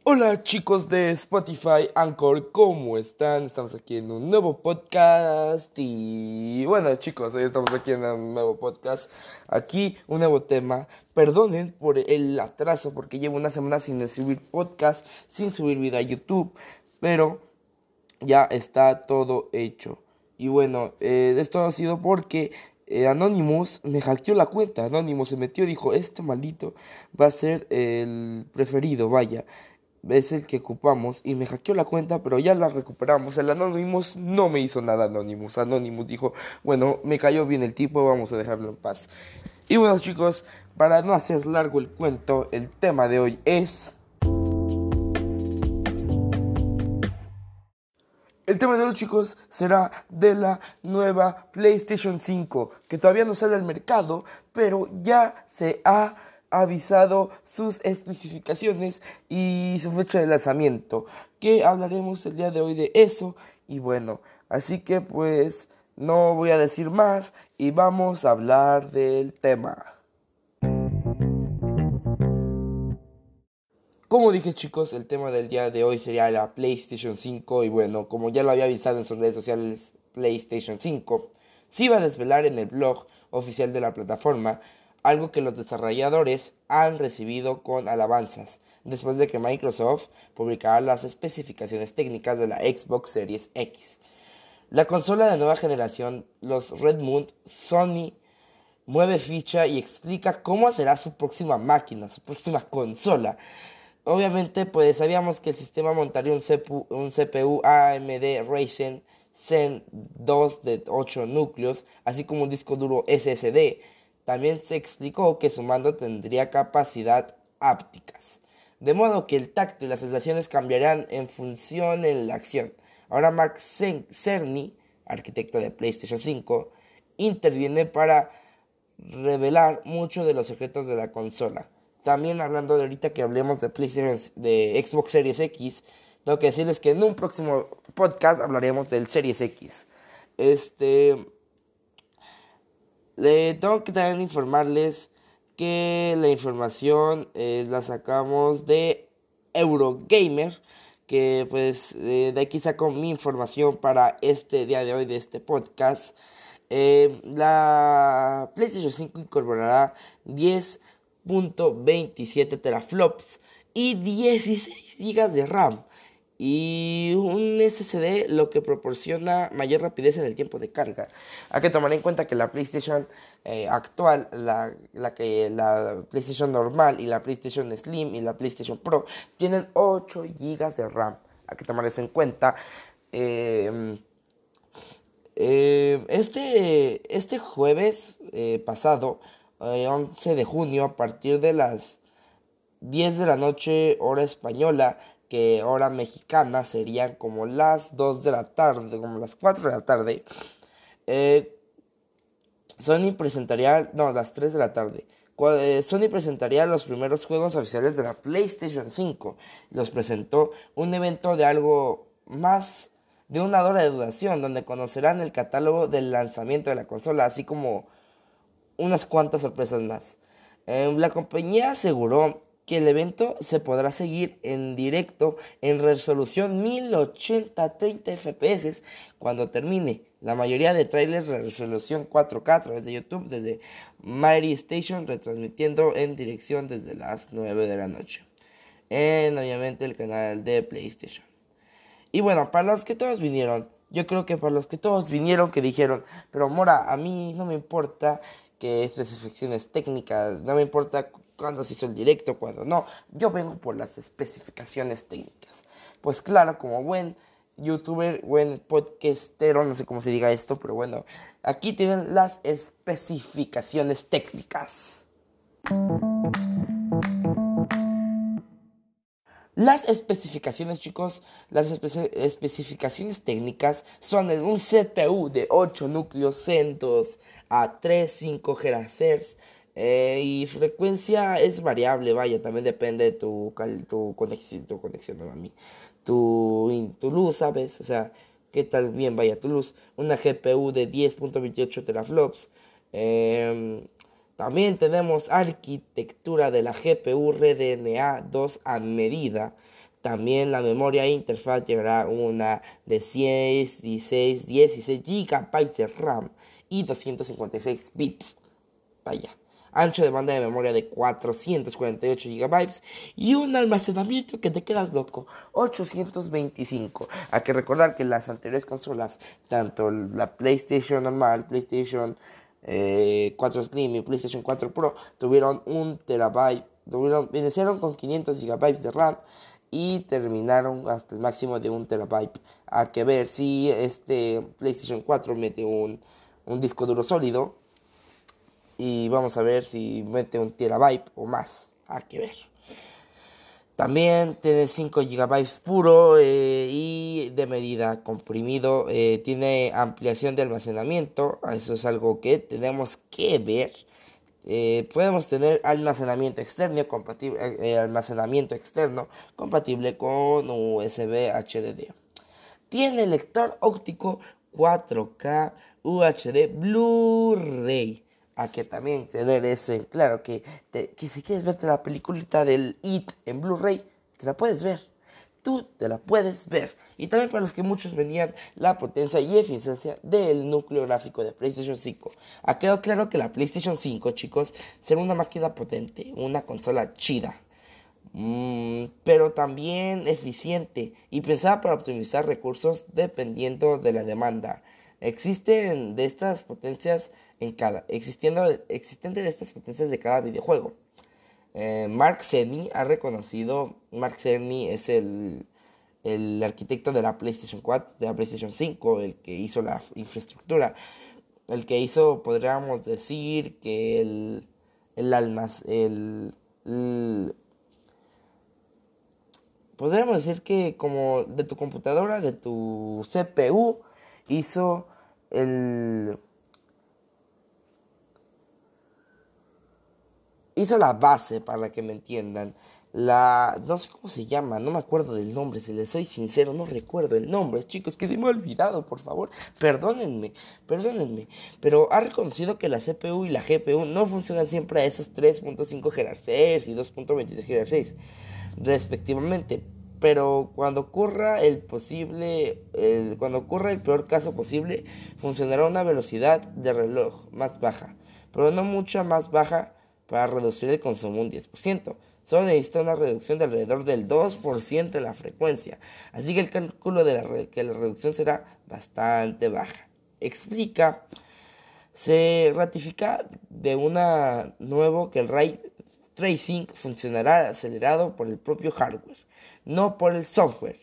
Hola chicos de Spotify, Anchor, ¿cómo están? Estamos aquí en un nuevo podcast y bueno chicos, hoy estamos aquí en un nuevo podcast, aquí un nuevo tema. Perdonen por el atraso porque llevo una semana sin subir podcast, sin subir video a YouTube, pero ya está todo hecho. Y bueno, esto ha sido porque Anonymous me hackeó la cuenta. Anonymous se metió y dijo, este maldito va a ser el preferido, vaya. Es el que ocupamos y me hackeó la cuenta, pero ya la recuperamos. El Anonymous no me hizo nada. Anonymous dijo, bueno, me cayó bien el tipo, vamos a dejarlo en paz. Y bueno chicos, para no hacer largo el cuento, el tema de hoy es... El tema de hoy, chicos, será de la nueva PlayStation 5, que todavía no sale al mercado, pero ya se ha avisado sus especificaciones y su fecha de lanzamiento, que hablaremos el día de hoy de eso. Y bueno, así que pues no voy a decir más y vamos a hablar del tema. Como dije chicos, el tema del día de hoy sería la PlayStation 5 y bueno, como ya lo había avisado en sus redes sociales PlayStation 5, se iba a desvelar en el blog oficial de la plataforma, algo que los desarrolladores han recibido con alabanzas, después de que Microsoft publicara las especificaciones técnicas de la Xbox Series X. La consola de nueva generación, los Redmond, Sony mueve ficha y explica cómo será su próxima máquina, su próxima consola. Obviamente, pues sabíamos que el sistema montaría un CPU AMD Ryzen Zen 2 de 8 núcleos, así como un disco duro SSD. También se explicó que su mando tendría capacidad ápticas, de modo que el tacto y las sensaciones cambiarán en función de la acción. Ahora Mark Cerny, arquitecto de PlayStation 5, interviene para revelar muchos de los secretos de la consola. También hablando de ahorita que hablemos de PlayStation, de Xbox Series X, tengo que decirles que en un próximo podcast hablaremos del Series X. Tengo que también informarles que la información la sacamos de Eurogamer, que pues de aquí saco mi información para este día de hoy de este podcast. La PlayStation 5 incorporará 10.27 teraflops y 16 gigas de RAM y un SSD, lo que proporciona mayor rapidez en el tiempo de carga. Hay que tomar en cuenta que la PlayStation actual, la PlayStation normal y la PlayStation Slim y la PlayStation Pro tienen 8 gigas de RAM. Hay que tomar eso en cuenta. Este jueves pasado, 11 de junio, a partir de las 10 de la noche, hora española, que hora mexicana serían como las 2 de la tarde, como las 4 de la tarde, eh, Sony presentaría, no, las 3 de la tarde. Sony presentaría los primeros juegos oficiales de la PlayStation 5. Los presentó un evento de algo más de una hora de duración, donde conocerán el catálogo del lanzamiento de la consola, así como unas cuantas sorpresas más. La compañía aseguró que el evento se podrá seguir en directo en resolución 1080-30 FPS cuando termine. La mayoría de trailers de resolución 4K a través de YouTube desde Mighty Station, retransmitiendo en dirección desde las 9 de la noche en obviamente el canal de PlayStation. Y bueno, para los que todos vinieron, yo creo que para los que todos vinieron que dijeron, pero Mora, a mí no me importa que especificaciones técnicas, no me importa cuándo se hizo el directo, cuándo no, yo vengo por las especificaciones técnicas. Pues claro, como buen youtuber, buen podcastero, no sé cómo se diga esto, pero bueno, aquí tienen las especificaciones técnicas. Las especificaciones, chicos, las especificaciones técnicas son de un CPU de 8 núcleos Zen 2 a 3,5 GHz y frecuencia es variable, vaya, también depende de tu conexión, no a mí, tu luz, ¿sabes? O sea, qué tal bien vaya tu luz. Una GPU de 10.28 teraflops. También tenemos arquitectura de la GPU RDNA 2 a medida. También la memoria e interfaz llegará una de 16 GB de RAM y 256 bits. Vaya. Ancho de banda de memoria de 448 GB y un almacenamiento que te quedas loco, 825. Hay que recordar que las anteriores consolas, tanto la PlayStation normal, PlayStation 4 Slim y PlayStation 4 Pro, tuvieron un terabyte, iniciaron con 500 GB de RAM y terminaron hasta el máximo de 1 TB. Hay que ver si este PlayStation 4 mete un disco duro sólido y vamos a ver si mete 1 TB o más. Hay que ver. También tiene 5 GB puro y de medida comprimido. Tiene ampliación de almacenamiento. Eso es algo que tenemos que ver. Podemos tener almacenamiento externo compatible con USB HDD. Tiene lector óptico 4K UHD Blu-ray. Hay que también tener eso en claro, que si quieres verte la peliculita del It en Blu-ray, te la puedes ver. Tú te la puedes ver. Y también para los que muchos venían la potencia y eficiencia del núcleo gráfico de PlayStation 5. Ha quedado claro que la PlayStation 5, chicos, será una máquina potente, una consola chida. Pero también eficiente y pensada para optimizar recursos dependiendo de la demanda. Existente de estas potencias de cada videojuego. Mark Cerny es el arquitecto de la PlayStation 4, de la PlayStation 5, el que hizo la infraestructura, el que hizo, podríamos decir, que el almas, podríamos decir que como de tu computadora, de tu CPU, hizo la base, para que me entiendan. No sé cómo se llama, no me acuerdo del nombre, si les soy sincero, no recuerdo el nombre, chicos, que se me ha olvidado, por favor, perdónenme. Pero ha reconocido que la CPU y la GPU no funcionan siempre a esos 3.5 GHz y 2.23 GHz, respectivamente. Pero cuando ocurra el peor caso posible, funcionará a una velocidad de reloj más baja, pero no mucha más baja para reducir el consumo un 10%. Solo necesita una reducción de alrededor del 2% en la frecuencia. Así que el cálculo de que la reducción será bastante baja. Se ratifica de una nuevo que el ray tracing funcionará acelerado por el propio hardware, no por el software.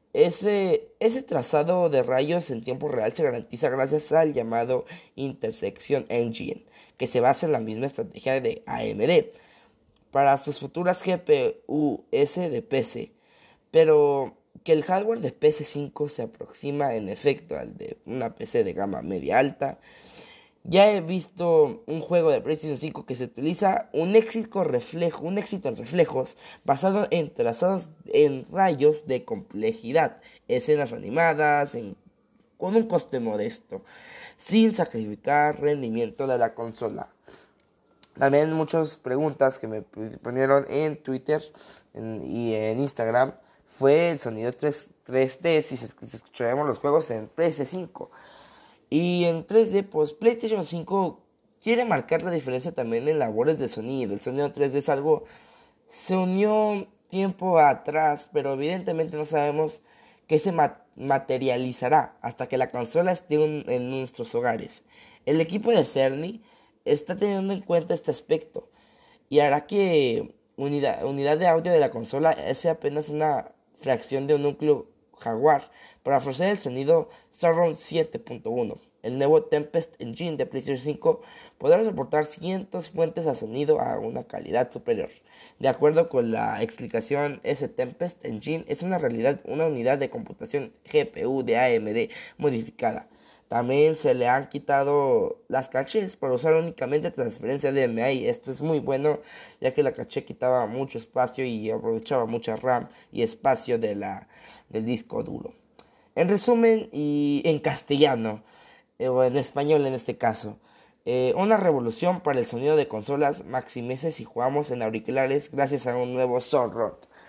Ese trazado de rayos en tiempo real se garantiza gracias al llamado Intersection Engine, que se basa en la misma estrategia de AMD para sus futuras GPUs de PC, pero que el hardware de PC5 se aproxima en efecto al de una PC de gama media alta. Ya he visto un juego de PlayStation 5 que se utiliza un éxito en reflejos basado en trazados en rayos de complejidad, escenas animadas con un coste modesto, sin sacrificar rendimiento de la consola. También muchas preguntas que me ponieron en Twitter y en Instagram fue el sonido 3D, si escucharemos los juegos en PS5. Y en 3D, pues PlayStation 5 quiere marcar la diferencia también en labores de sonido. El sonido 3D es algo, se unió tiempo atrás, pero evidentemente no sabemos qué se materializará hasta que la consola esté en nuestros hogares. El equipo de Cerny está teniendo en cuenta este aspecto y hará que unidad de audio de la consola sea apenas una fracción de un núcleo Jaguar para ofrecer el sonido Surround 7.1. El nuevo Tempest Engine de PlayStation 5 podrá soportar cientos fuentes de sonido a una calidad superior. De acuerdo con la explicación, ese Tempest Engine es una unidad de computación GPU de AMD modificada. También se le han quitado las cachés para usar únicamente transferencia de DMI. Esto es muy bueno, ya que la caché quitaba mucho espacio y aprovechaba mucha RAM y espacio del disco duro. En resumen, y en castellano, o en español en este caso, una revolución para el sonido de consolas maximice si jugamos en auriculares gracias a un nuevo Soundrod.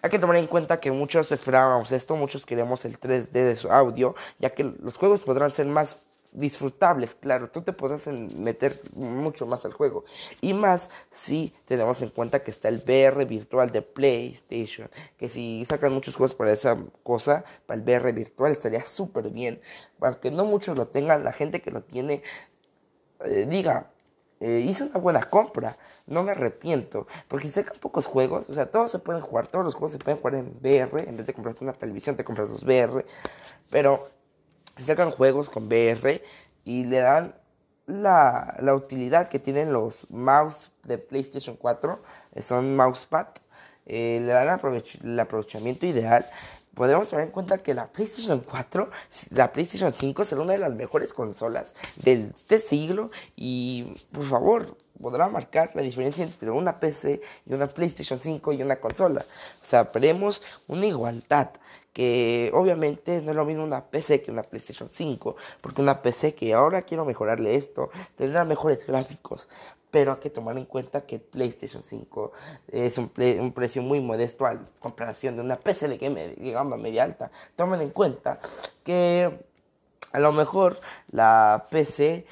Hay que tomar en cuenta que muchos esperábamos esto, muchos queremos el 3D de su audio, ya que los juegos podrán ser más disfrutables, claro, tú te podrás meter mucho más al juego. Y más si tenemos en cuenta que está el VR virtual de PlayStation, que si sacan muchos juegos para esa cosa, para el VR virtual, estaría súper bien. Aunque no muchos lo tengan, la gente que lo tiene diga, hice una buena compra, no me arrepiento, porque si sacan pocos juegos, o sea, todos se pueden jugar, todos los juegos se pueden jugar en VR, en vez de comprarte una televisión te compras los VR, pero si sacan juegos con VR y le dan la utilidad que tienen los mouse de PlayStation 4, son mousepad, le dan el aprovechamiento ideal. Podemos tener en cuenta que la PlayStation 4, la PlayStation 5 será una de las mejores consolas de este siglo y, por favor, podrá marcar la diferencia entre una PC y una PlayStation 5 y una consola. O sea, veremos una igualdad que obviamente no es lo mismo una PC que una PlayStation 5, porque una PC que ahora quiero mejorarle esto, tendrá mejores gráficos, pero hay que tomar en cuenta que el PlayStation 5 es un precio muy modesto a comparación de una PC de gama media alta. Tomen en cuenta que a lo mejor la PC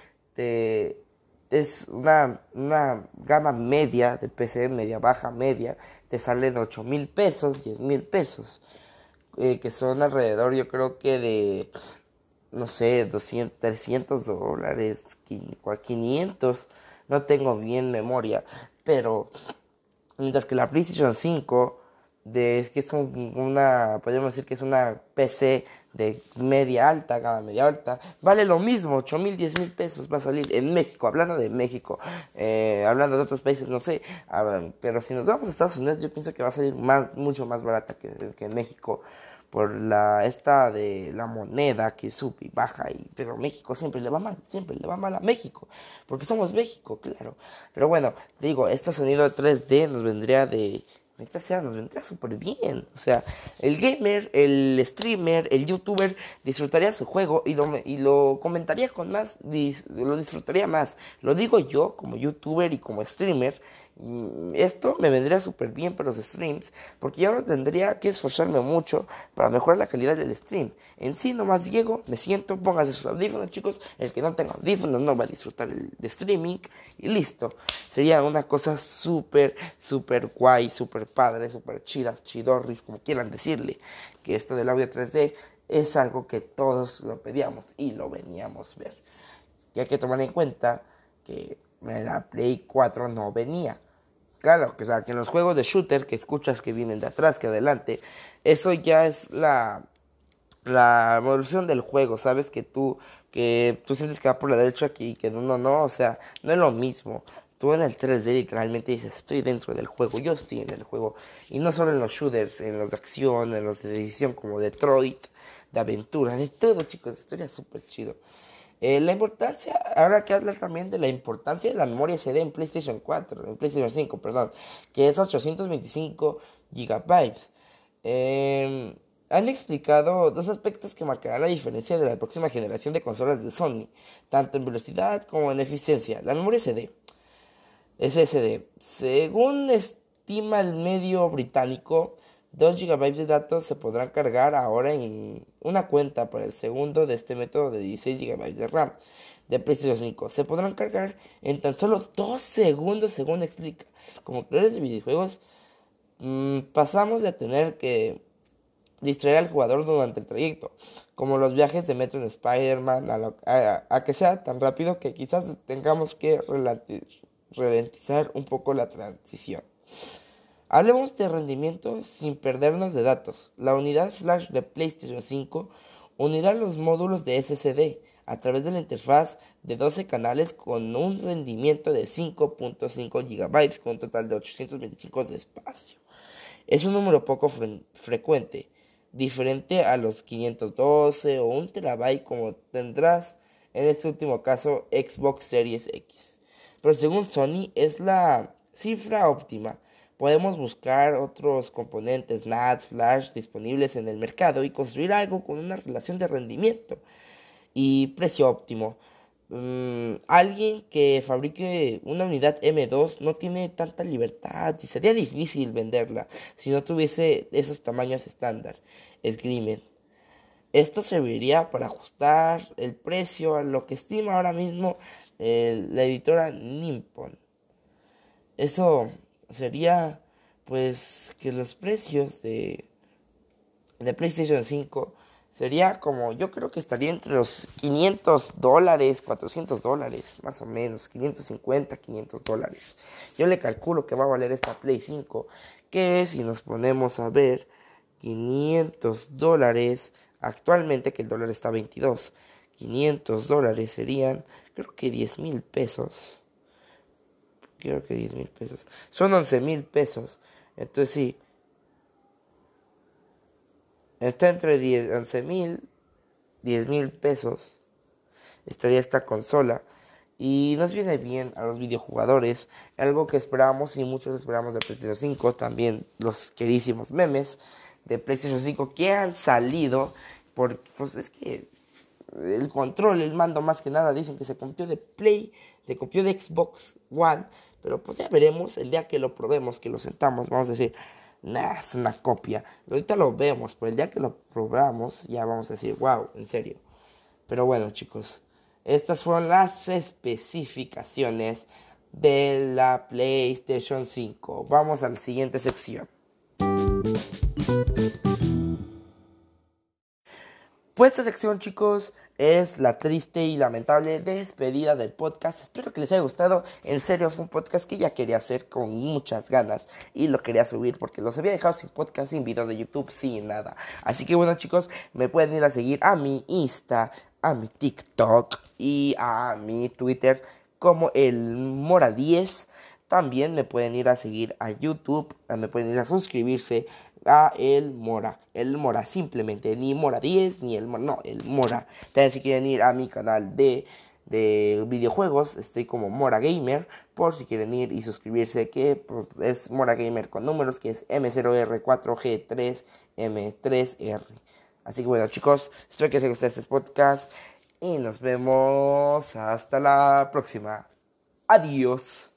es una gama media de PC, media baja, media, te salen 8,000 pesos, 10,000 pesos, que son alrededor, yo creo que de, no sé, 200, $300, 500, no tengo bien memoria, pero mientras que la PlayStation 5, es que es podríamos decir que es una PC de media alta, gama media alta, vale lo mismo, 8,000, 10,000 pesos va a salir en México, hablando de México, hablando de otros países, no sé, pero si nos vamos a Estados Unidos, yo pienso que va a salir mucho más barata que en México, por esta de la moneda que sube y baja, pero México siempre le va mal a México, porque somos México, claro. Pero bueno, digo, este sonido 3D nos vendría súper bien. O sea, el gamer, el streamer, el youtuber disfrutaría su juego y lo comentaría con más, lo disfrutaría más. Lo digo yo como youtuber y como streamer. Esto me vendría súper bien para los streams, porque yo no tendría que esforzarme mucho para mejorar la calidad del stream. En sí, nomás llego, me siento, pónganse sus audífonos, chicos. El que no tenga audífonos no va a disfrutar de streaming y listo. Sería una cosa súper, súper guay, súper padre, súper chidas, chidorris, como quieran decirle. Que esto del audio 3D es algo que todos lo pedíamos y lo veníamos a ver. Y hay que tomar en cuenta que en la Play 4 no venía. Claro, o sea, que en los juegos de shooter que escuchas que vienen de atrás, que adelante, eso ya es la evolución del juego, ¿sabes? Que tú sientes que va por la derecha y que no, o sea, no es lo mismo. Tú en el 3D literalmente dices, estoy dentro del juego, yo estoy en el juego. Y no solo en los shooters, en los de acción, en los de decisión como Detroit, de aventura, de todo, chicos, historia súper chido. La importancia, ahora que hablar también de la importancia de la memoria SD en PlayStation 4, en PlayStation 5, perdón, que es 825 gigabytes. Han explicado dos aspectos que marcarán la diferencia de la próxima generación de consolas de Sony, tanto en velocidad como en eficiencia. La memoria SD, SSD, según estima el medio británico, 2 GB de datos se podrán cargar ahora en una cuenta por el segundo de este método de 16 GB de RAM de PlayStation 5. Se podrán cargar en tan solo 2 segundos, según explica. Como creadores de videojuegos, pasamos de tener que distraer al jugador durante el trayecto, como los viajes de metro en Spider-Man, a que sea tan rápido que quizás tengamos que ralentizar un poco la transición. Hablemos de rendimiento sin perdernos de datos. La unidad flash de PlayStation 5 unirá los módulos de SSD a través de la interfaz de 12 canales con un rendimiento de 5.5 GB con un total de 825 de espacio. Es un número poco frecuente, diferente a los 512 o 1 TB como tendrás en este último caso Xbox Series X. Pero según Sony es la cifra óptima. Podemos buscar otros componentes NAS, flash disponibles en el mercado y construir algo con una relación de rendimiento y precio óptimo. alguien que fabrique una unidad M2 no tiene tanta libertad y sería difícil venderla si no tuviese esos tamaños estándar. Esgrimen. Esto serviría para ajustar el precio a lo que estima ahora mismo la editora Nippon. Eso sería pues que los precios de PlayStation 5 sería como, yo creo que estaría entre los $500, $400, más o menos, 550, $500. Yo le calculo que va a valer esta Play 5, que si nos ponemos a ver, $500, actualmente que el dólar está a 22, $500 serían, creo que 10,000 pesos. Creo que 10,000 pesos. Son 11,000 pesos. Entonces sí, está entre 11,000, 10,000 pesos. Estaría esta consola. Y nos viene bien a los videojugadores. Algo que esperábamos y muchos esperamos de PlayStation 5. También los queridísimos memes de PlayStation 5 que han salido. Porque pues es que el control, el mando más que nada, dicen que se copió de Play, se copió de Xbox One. Pero pues ya veremos el día que lo probemos, que lo sentamos. Vamos a decir, nah, es una copia. Ahorita lo vemos, pero el día que lo probamos ya vamos a decir, wow, en serio. Pero bueno, chicos, estas fueron las especificaciones de la PlayStation 5. Vamos a la siguiente sección. Pues esta sección, chicos, es la triste y lamentable despedida del podcast. Espero que les haya gustado. En serio, fue un podcast que ya quería hacer con muchas ganas y lo quería subir porque los había dejado sin podcast, sin videos de YouTube, sin nada. Así que bueno, chicos, me pueden ir a seguir a mi Insta, a mi TikTok y a mi Twitter como el Mora10. También me pueden ir a seguir a YouTube, me pueden ir a suscribirse a El Mora simplemente, ni Mora 10, ni el Mora, no, El Mora. También si quieren ir a mi canal de videojuegos, estoy como Mora Gamer, por si quieren ir y suscribirse, que pues, es Mora Gamer con números, que es M0R4G3M3R. Así que bueno, chicos, espero que les haya gustado este podcast y nos vemos hasta la próxima. Adiós.